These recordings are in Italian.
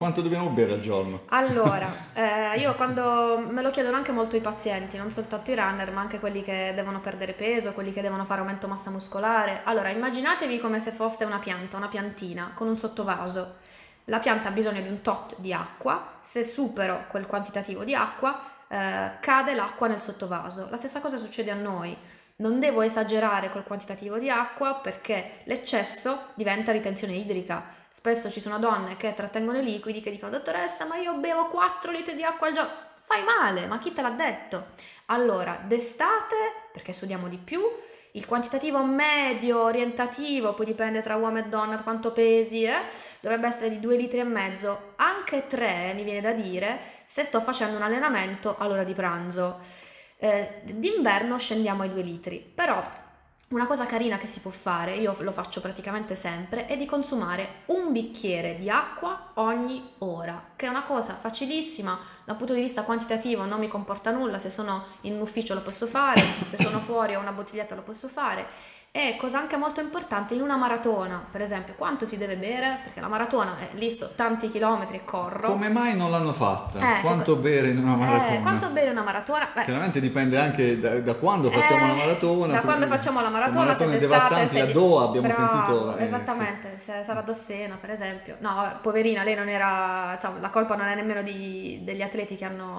Quanto dobbiamo bere al giorno? Allora, io quando me lo chiedono anche molto i pazienti, non soltanto i runner, ma anche quelli che devono perdere peso, quelli che devono fare aumento massa muscolare. Allora, immaginatevi come se foste una pianta, una piantina con un sottovaso. La pianta ha bisogno di un tot di acqua, se supero quel quantitativo di acqua, cade l'acqua nel sottovaso. La stessa cosa succede a noi. Non devo esagerare col quantitativo di acqua perché l'eccesso diventa ritenzione idrica. Spesso ci sono donne che trattengono i liquidi che dicono: dottoressa, ma io bevo 4 litri di acqua al giorno. Fai male, ma chi te l'ha detto? Allora, d'estate, perché sudiamo di più, il quantitativo medio orientativo, poi dipende tra uomo e donna quanto pesi, dovrebbe essere di 2 litri e mezzo, anche 3 mi viene da dire, se sto facendo un allenamento all'ora di pranzo. D'inverno scendiamo ai 2 litri, però una cosa carina che si può fare, io lo faccio praticamente sempre, è di consumare un bicchiere di acqua ogni ora, che è una cosa facilissima da un punto di vista quantitativo, non mi comporta nulla, se sono in un ufficio lo posso fare, se sono fuori ho una bottiglietta lo posso fare. E cosa anche molto importante, in una maratona, per esempio, quanto si deve bere? Perché la maratona è lì, sto tanti chilometri e corro. Come mai non l'hanno fatta? Che Quanto bere in una quanto maratona? bere una maratona? Chiaramente dipende anche da quando facciamo la maratona. Da quando facciamo la Con maratona, se maratone d'estate, devastanti se a di... Doha abbiamo Bravo, sentito, sì. esattamente, se sarà Dossena per esempio. No, vabbè, poverina, lei non era, insomma, la colpa non è nemmeno degli atleti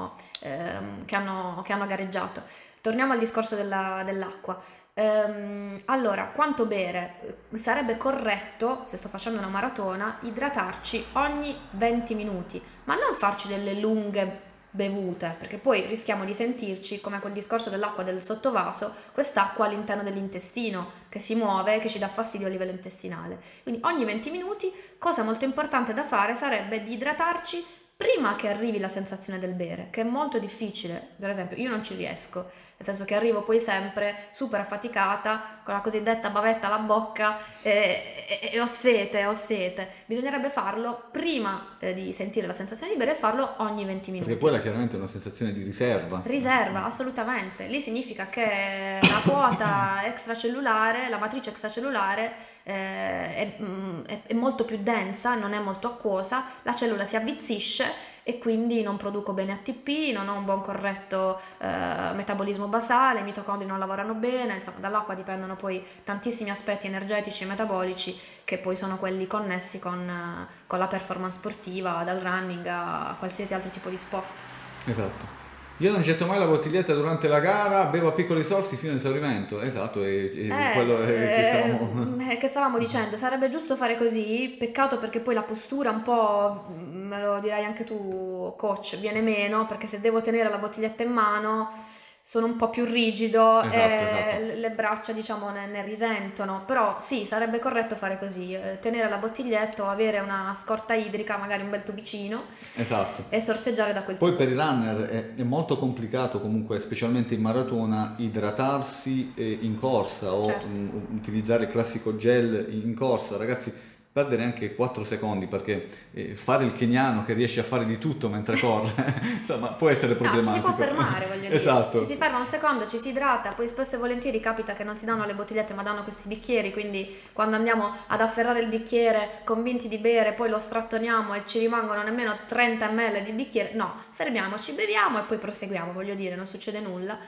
che hanno gareggiato. Torniamo al discorso dell'acqua. Allora, quanto bere? Sarebbe corretto, se sto facendo una maratona, idratarci ogni 20 minuti, ma non farci delle lunghe bevute, perché poi rischiamo di sentirci come quel discorso dell'acqua del sottovaso, quest'acqua all'interno dell'intestino che si muove e che ci dà fastidio a livello intestinale. Quindi ogni 20 minuti, cosa molto importante da fare sarebbe di idratarci prima che arrivi la sensazione del bere, che è molto difficile. Per esempio, io non ci riesco, nel senso che arrivo poi sempre super affaticata, con la cosiddetta bavetta alla bocca e ho sete, ho sete. Bisognerebbe farlo prima di sentire la sensazione di bere e farlo ogni 20 Perché minuti. quella chiaramente è una sensazione di riserva. Riserva, assolutamente. Lì significa che la quota extracellulare, la matrice extracellulare è molto più densa, non è molto acquosa, la cellula si avvizzisce e quindi non produco bene ATP, non ho un buon corretto metabolismo basale, i mitocondri non lavorano bene, insomma dall'acqua dipendono poi tantissimi aspetti energetici e metabolici che poi sono quelli connessi con la performance sportiva, dal running a qualsiasi altro tipo di sport. Esatto. Io non getto mai la bottiglietta durante la gara, bevo a piccoli sorsi fino all'esaurimento. Esatto, e quello che stavamo... Che stavamo dicendo, sarebbe giusto fare così, peccato perché poi la postura un po', me lo dirai anche tu, coach, viene meno, perché se devo tenere la bottiglietta in mano sono un po' più rigido Esatto, esatto. e le braccia, diciamo, ne risentono, però sì, sarebbe corretto fare così, tenere la bottiglietta o avere una scorta idrica, magari un bel tubicino, Esatto. e sorseggiare da quel Poi per tubo. i runner è molto complicato comunque, specialmente in maratona, idratarsi in corsa o Certo. utilizzare il classico gel in corsa. Ragazzi, perdere anche 4 secondi perché fare il keniano che riesce a fare di tutto mentre corre, insomma, può essere No, ci si può problematico. fermare, voglio dire. Ci si Esatto. ferma un secondo, ci si idrata, poi spesso e volentieri capita che non si danno le bottigliette ma danno questi bicchieri, quindi quando andiamo ad afferrare il bicchiere convinti di bere, poi lo strattoniamo e ci rimangono nemmeno 30 ml di bicchiere, no, fermiamoci, beviamo e poi proseguiamo, voglio dire, non succede nulla.